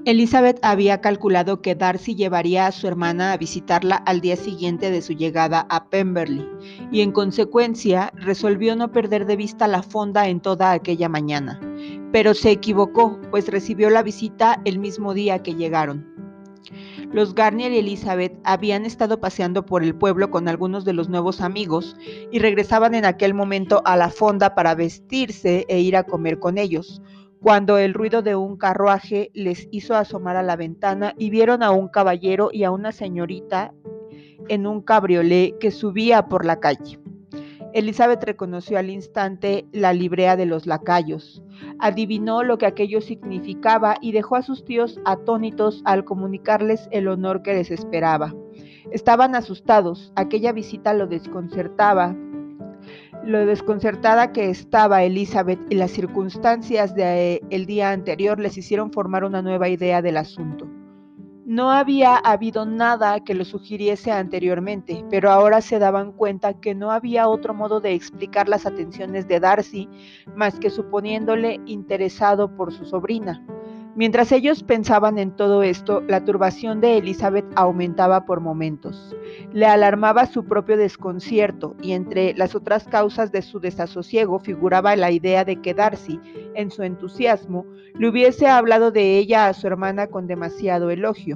Elizabeth había calculado que Darcy llevaría a su hermana a visitarla al día siguiente de su llegada a Pemberley, y en consecuencia resolvió no perder de vista la fonda en toda aquella mañana. Pero se equivocó, pues recibió la visita el mismo día que llegaron. Los Garnier y Elizabeth habían estado paseando por el pueblo con algunos de los nuevos amigos y regresaban en aquel momento a la fonda para vestirse e ir a comer con ellos, cuando el ruido de un carruaje les hizo asomar a la ventana y vieron a un caballero y a una señorita en un cabriolé que subía por la calle. Elizabeth reconoció al instante la librea de los lacayos, adivinó lo que aquello significaba y dejó a sus tíos atónitos al comunicarles el honor que les esperaba. Estaban asustados, aquella visita lo desconcertada que estaba Elizabeth y las circunstancias del día anterior les hicieron formar una nueva idea del asunto. No había habido nada que lo sugiriese anteriormente, pero ahora se daban cuenta que no había otro modo de explicar las atenciones de Darcy más que suponiéndole interesado por su sobrina. Mientras ellos pensaban en todo esto, la turbación de Elizabeth aumentaba por momentos. Le alarmaba su propio desconcierto y entre las otras causas de su desasosiego figuraba la idea de que Darcy, en su entusiasmo, le hubiese hablado de ella a su hermana con demasiado elogio.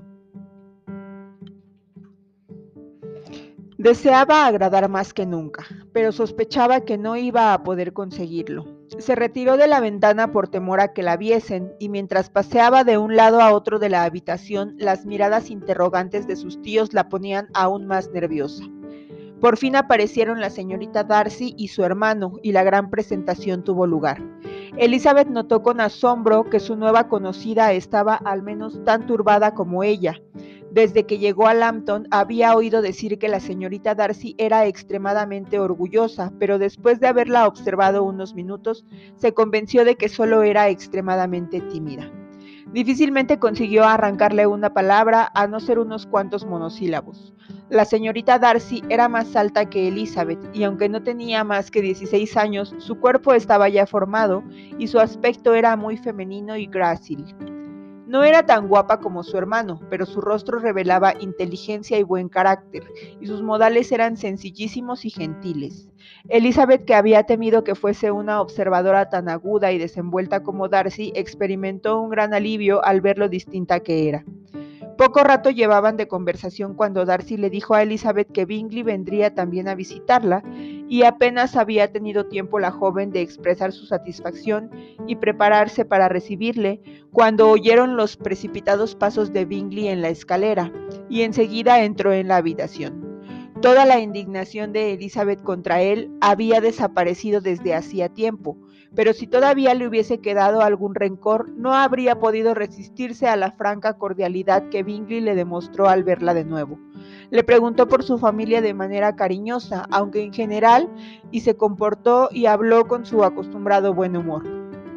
Deseaba agradar más que nunca, pero sospechaba que no iba a poder conseguirlo. Se retiró de la ventana por temor a que la viesen, y mientras paseaba de un lado a otro de la habitación, las miradas interrogantes de sus tíos la ponían aún más nerviosa. Por fin aparecieron la señorita Darcy y su hermano, y la gran presentación tuvo lugar. Elizabeth notó con asombro que su nueva conocida estaba al menos tan turbada como ella. Desde que llegó a Lambton había oído decir que la señorita Darcy era extremadamente orgullosa, pero después de haberla observado unos minutos, se convenció de que solo era extremadamente tímida. Difícilmente consiguió arrancarle una palabra, a no ser unos cuantos monosílabos. La señorita Darcy era más alta que Elizabeth, y aunque no tenía más que 16 años, su cuerpo estaba ya formado y su aspecto era muy femenino y grácil. No era tan guapa como su hermano, pero su rostro revelaba inteligencia y buen carácter, y sus modales eran sencillísimos y gentiles. Elizabeth, que había temido que fuese una observadora tan aguda y desenvuelta como Darcy, experimentó un gran alivio al ver lo distinta que era. Poco rato llevaban de conversación cuando Darcy le dijo a Elizabeth que Bingley vendría también a visitarla, y apenas había tenido tiempo la joven de expresar su satisfacción y prepararse para recibirle, cuando oyeron los precipitados pasos de Bingley en la escalera, y enseguida entró en la habitación. Toda la indignación de Elizabeth contra él había desaparecido desde hacía tiempo, pero si todavía le hubiese quedado algún rencor, no habría podido resistirse a la franca cordialidad que Bingley le demostró al verla de nuevo. Le preguntó por su familia de manera cariñosa, aunque en general, y se comportó y habló con su acostumbrado buen humor.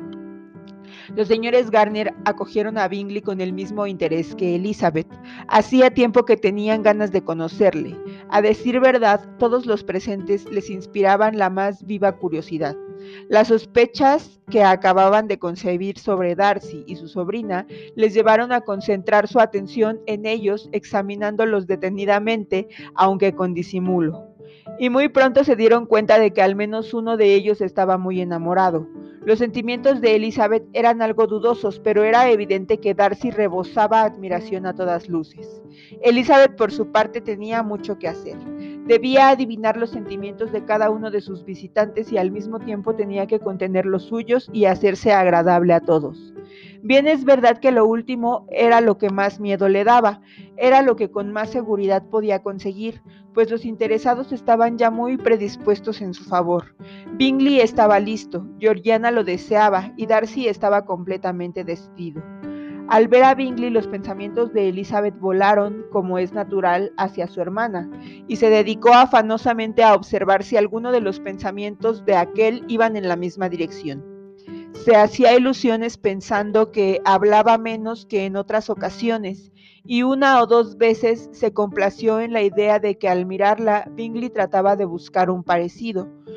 Los señores Garner acogieron a Bingley con el mismo interés que Elizabeth. Hacía tiempo que tenían ganas de conocerle. A decir verdad, todos los presentes les inspiraban la más viva curiosidad. Las sospechas que acababan de concebir sobre Darcy y su sobrina les llevaron a concentrar su atención en ellos, examinándolos detenidamente, aunque con disimulo. Y muy pronto se dieron cuenta de que al menos uno de ellos estaba muy enamorado. Los sentimientos de Elizabeth eran algo dudosos, pero era evidente que Darcy rebosaba admiración a todas luces. Elizabeth, por su parte, tenía mucho que hacer. Debía adivinar los sentimientos de cada uno de sus visitantes y al mismo tiempo tenía que contener los suyos y hacerse agradable a todos. Bien es verdad que lo último era lo que más miedo le daba, era lo que con más seguridad podía conseguir, pues los interesados estaban ya muy predispuestos en su favor. Bingley estaba listo, Georgiana lo deseaba y Darcy estaba completamente decidido. Al ver a Bingley, los pensamientos de Elizabeth volaron, como es natural, hacia su hermana, y se dedicó afanosamente a observar si alguno de los pensamientos de aquel iban en la misma dirección. Se hacía ilusiones pensando que hablaba menos que en otras ocasiones, y una o dos veces se complació en la idea de que al mirarla, Bingley trataba de buscar un parecido.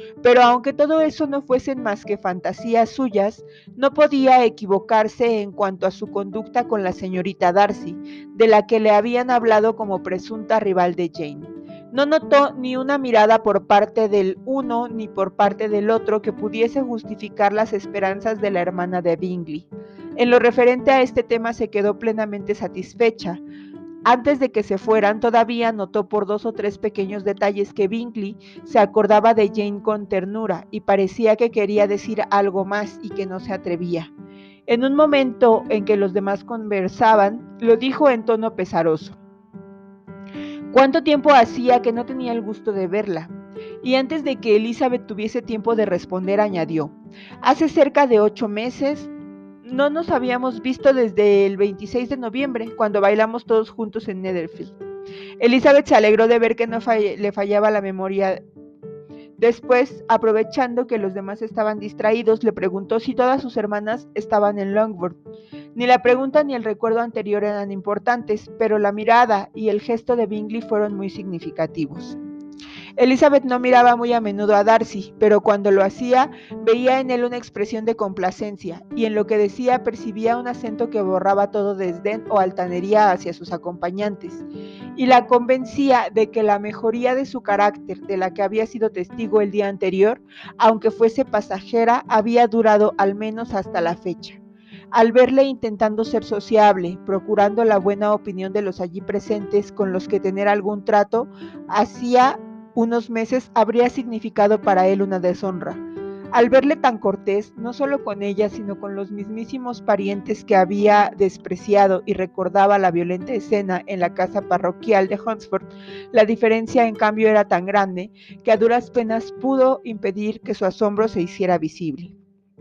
pero aunque todo eso no fuesen más que fantasías suyas, no podía equivocarse en cuanto a su conducta con la señorita Darcy, de la que le habían hablado como presunta rival de Jane. No notó ni una mirada por parte del uno ni por parte del otro que pudiese justificar las esperanzas de la hermana de Bingley. En lo referente a este tema se quedó plenamente satisfecha. Antes de que se fueran, todavía notó por 2 o 3 pequeños detalles que Bingley se acordaba de Jane con ternura y parecía que quería decir algo más y que no se atrevía. En un momento en que los demás conversaban, lo dijo en tono pesaroso. ¿Cuánto tiempo hacía que no tenía el gusto de verla? Y antes de que Elizabeth tuviese tiempo de responder, añadió: hace cerca de 8 meses. No nos habíamos visto desde el 26 de noviembre, cuando bailamos todos juntos en Netherfield. Elizabeth se alegró de ver que no le fallaba la memoria. Después, aprovechando que los demás estaban distraídos, le preguntó si todas sus hermanas estaban en Longbourn. Ni la pregunta ni el recuerdo anterior eran importantes, pero la mirada y el gesto de Bingley fueron muy significativos. Elizabeth no miraba muy a menudo a Darcy, pero cuando lo hacía, veía en él una expresión de complacencia, y en lo que decía percibía un acento que borraba todo desdén o altanería hacia sus acompañantes, y la convencía de que la mejoría de su carácter, de la que había sido testigo el día anterior, aunque fuese pasajera, había durado al menos hasta la fecha. Al verle intentando ser sociable, procurando la buena opinión de los allí presentes con los que tener algún trato, hacía unos meses habría significado para él una deshonra. Al verle tan cortés, no solo con ella, sino con los mismísimos parientes que había despreciado, y recordaba la violenta escena en la casa parroquial de Hunsford, la diferencia en cambio era tan grande que a duras penas pudo impedir que su asombro se hiciera visible.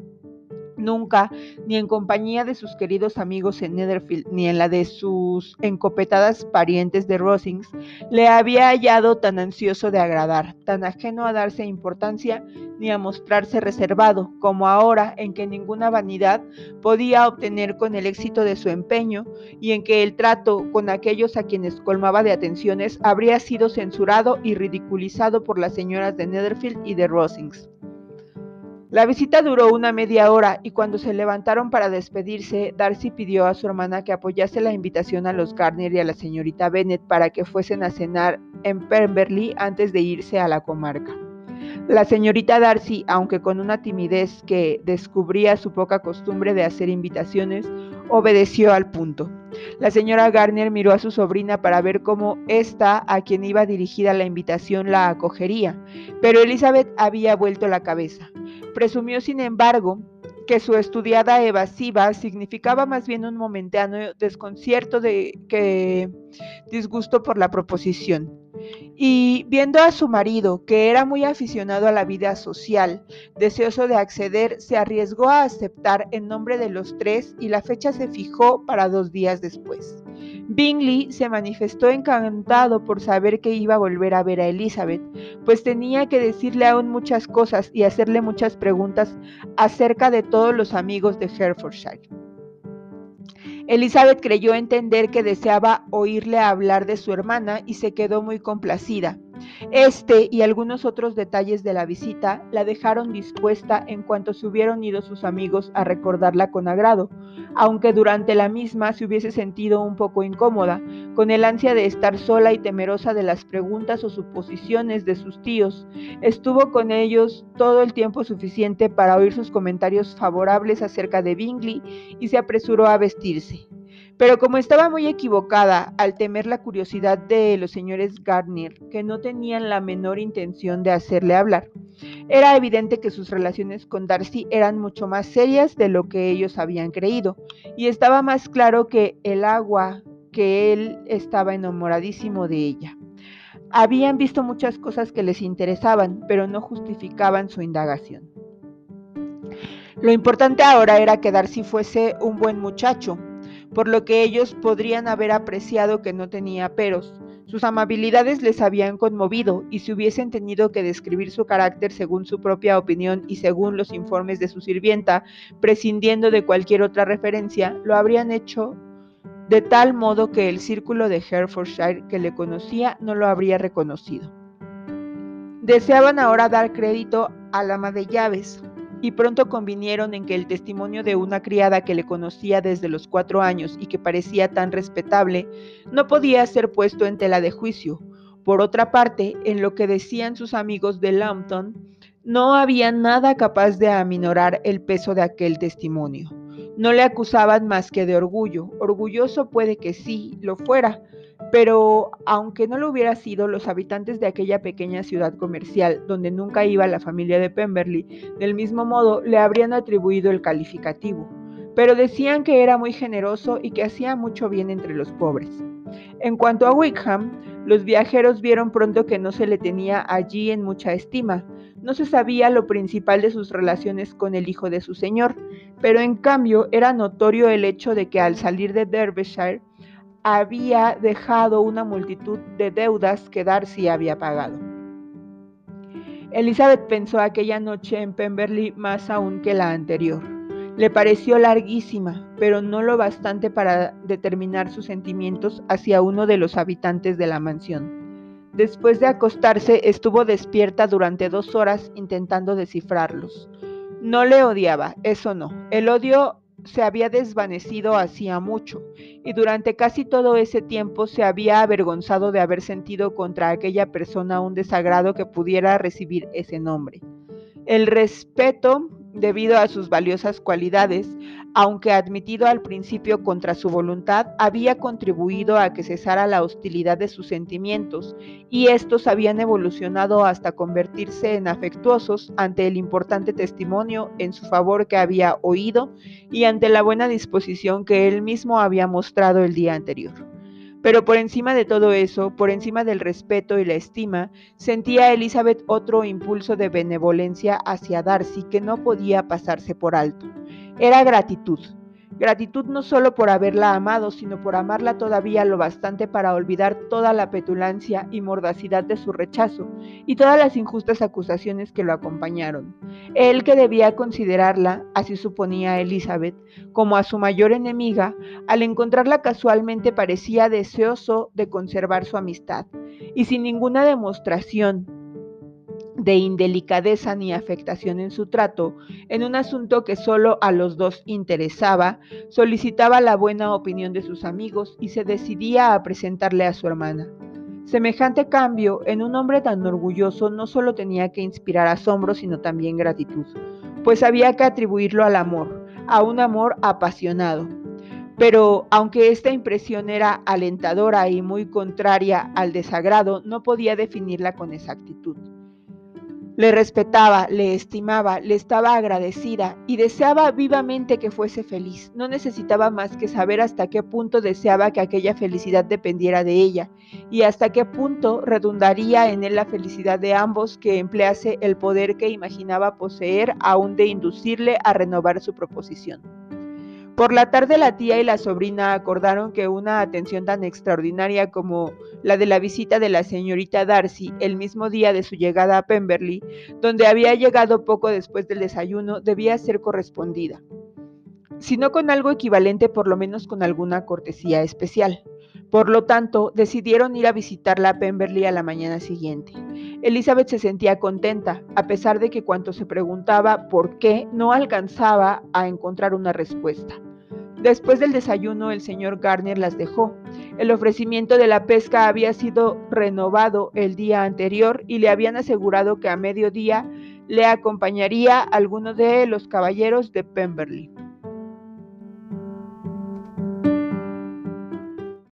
Nunca, ni en compañía de sus queridos amigos en Netherfield, ni en la de sus encopetadas parientes de Rosings, le había hallado tan ansioso de agradar, tan ajeno a darse importancia ni a mostrarse reservado, como ahora, en que ninguna vanidad podía obtener con el éxito de su empeño, y en que el trato con aquellos a quienes colmaba de atenciones habría sido censurado y ridiculizado por las señoras de Netherfield y de Rosings. La visita duró una media hora, y cuando se levantaron para despedirse, Darcy pidió a su hermana que apoyase la invitación a los Gardner y a la señorita Bennet para que fuesen a cenar en Pemberley antes de irse a la comarca. La señorita Darcy, aunque con una timidez que descubría su poca costumbre de hacer invitaciones, obedeció al punto. La señora Gardner miró a su sobrina para ver cómo ésta, a quien iba dirigida la invitación, la acogería, pero Elizabeth había vuelto la cabeza. Presumió, sin embargo, que su estudiada evasiva significaba más bien un momentáneo desconcierto que disgusto por la proposición. Y viendo a su marido, que era muy aficionado a la vida social, deseoso de acceder, se arriesgó a aceptar en nombre de los tres, y la fecha se fijó para 2 días después. Bingley se manifestó encantado por saber que iba a volver a ver a Elizabeth, pues tenía que decirle aún muchas cosas y hacerle muchas preguntas acerca de todos los amigos de Hertfordshire. Elizabeth creyó entender que deseaba oírle hablar de su hermana y se quedó muy complacida. Este y algunos otros detalles de la visita la dejaron dispuesta en cuanto se hubieron ido sus amigos a recordarla con agrado, aunque durante la misma se hubiese sentido un poco incómoda, con el ansia de estar sola y temerosa de las preguntas o suposiciones de sus tíos. Estuvo con ellos todo el tiempo suficiente para oír sus comentarios favorables acerca de Bingley y se apresuró a vestirse. Pero como estaba muy equivocada al temer la curiosidad de los señores Gardner, que no tenían la menor intención de hacerle hablar, era evidente que sus relaciones con Darcy eran mucho más serias de lo que ellos habían creído, y estaba más claro que el agua que él estaba enamoradísimo de ella. Habían visto muchas cosas que les interesaban, pero no justificaban su indagación. Lo importante ahora era que Darcy fuese un buen muchacho, por lo que ellos podrían haber apreciado que no tenía peros. Sus amabilidades les habían conmovido, y si hubiesen tenido que describir su carácter según su propia opinión y según los informes de su sirvienta, prescindiendo de cualquier otra referencia, lo habrían hecho de tal modo que el círculo de Hertfordshire que le conocía no lo habría reconocido. Deseaban ahora dar crédito al ama de llaves, y pronto convinieron en que el testimonio de una criada que le conocía desde los 4 años y que parecía tan respetable no podía ser puesto en tela de juicio. Por otra parte, en lo que decían sus amigos de Lambton, no había nada capaz de aminorar el peso de aquel testimonio. No le acusaban más que de orgullo. Orgulloso puede que sí lo fuera, pero aunque no lo hubiera sido, los habitantes de aquella pequeña ciudad comercial, donde nunca iba la familia de Pemberley, del mismo modo le habrían atribuido el calificativo. Pero decían que era muy generoso y que hacía mucho bien entre los pobres. En cuanto a Wickham, los viajeros vieron pronto que no se le tenía allí en mucha estima. No se sabía lo principal de sus relaciones con el hijo de su señor, pero en cambio era notorio el hecho de que al salir de Derbyshire había dejado una multitud de deudas que Darcy había pagado. Elizabeth pensó aquella noche en Pemberley más aún que la anterior. Le pareció larguísima, pero no lo bastante para determinar sus sentimientos hacia uno de los habitantes de la mansión. Después de acostarse, estuvo despierta durante 2 horas intentando descifrarlos. No le odiaba, eso no. El odio se había desvanecido hacía mucho, y durante casi todo ese tiempo se había avergonzado de haber sentido contra aquella persona un desagrado que pudiera recibir ese nombre. El respeto, debido a sus valiosas cualidades, aunque admitido al principio contra su voluntad, había contribuido a que cesara la hostilidad de sus sentimientos, y estos habían evolucionado hasta convertirse en afectuosos ante el importante testimonio en su favor que había oído y ante la buena disposición que él mismo había mostrado el día anterior. Pero por encima de todo eso, por encima del respeto y la estima, sentía Elizabeth otro impulso de benevolencia hacia Darcy que no podía pasarse por alto. Era gratitud. Gratitud no solo por haberla amado, sino por amarla todavía lo bastante para olvidar toda la petulancia y mordacidad de su rechazo y todas las injustas acusaciones que lo acompañaron. Él, que debía considerarla, así suponía Elizabeth, como a su mayor enemiga, al encontrarla casualmente parecía deseoso de conservar su amistad, y sin ninguna demostración de indelicadeza ni afectación en su trato, en un asunto que solo a los dos interesaba, solicitaba la buena opinión de sus amigos y se decidía a presentarle a su hermana. Semejante cambio en un hombre tan orgulloso no solo tenía que inspirar asombro, sino también gratitud, pues había que atribuirlo al amor, a un amor apasionado. Pero aunque esta impresión era alentadora y muy contraria al desagrado, no podía definirla con exactitud. Le respetaba, le estimaba, le estaba agradecida y deseaba vivamente que fuese feliz. No necesitaba más que saber hasta qué punto deseaba que aquella felicidad dependiera de ella y hasta qué punto redundaría en él la felicidad de ambos, que emplease el poder que imaginaba poseer aún de inducirle a renovar su proposición. Por la tarde la tía y la sobrina acordaron que una atención tan extraordinaria como la de la visita de la señorita Darcy el mismo día de su llegada a Pemberley, donde había llegado poco después del desayuno, debía ser correspondida, si no con algo equivalente, por lo menos con alguna cortesía especial. Por lo tanto, decidieron ir a visitarla a Pemberley a la mañana siguiente. Elizabeth se sentía contenta, a pesar de que cuanto se preguntaba por qué no alcanzaba a encontrar una respuesta. Después del desayuno, el señor Gardner las dejó. El ofrecimiento de la pesca había sido renovado el día anterior y le habían asegurado que a mediodía le acompañaría alguno de los caballeros de Pemberley.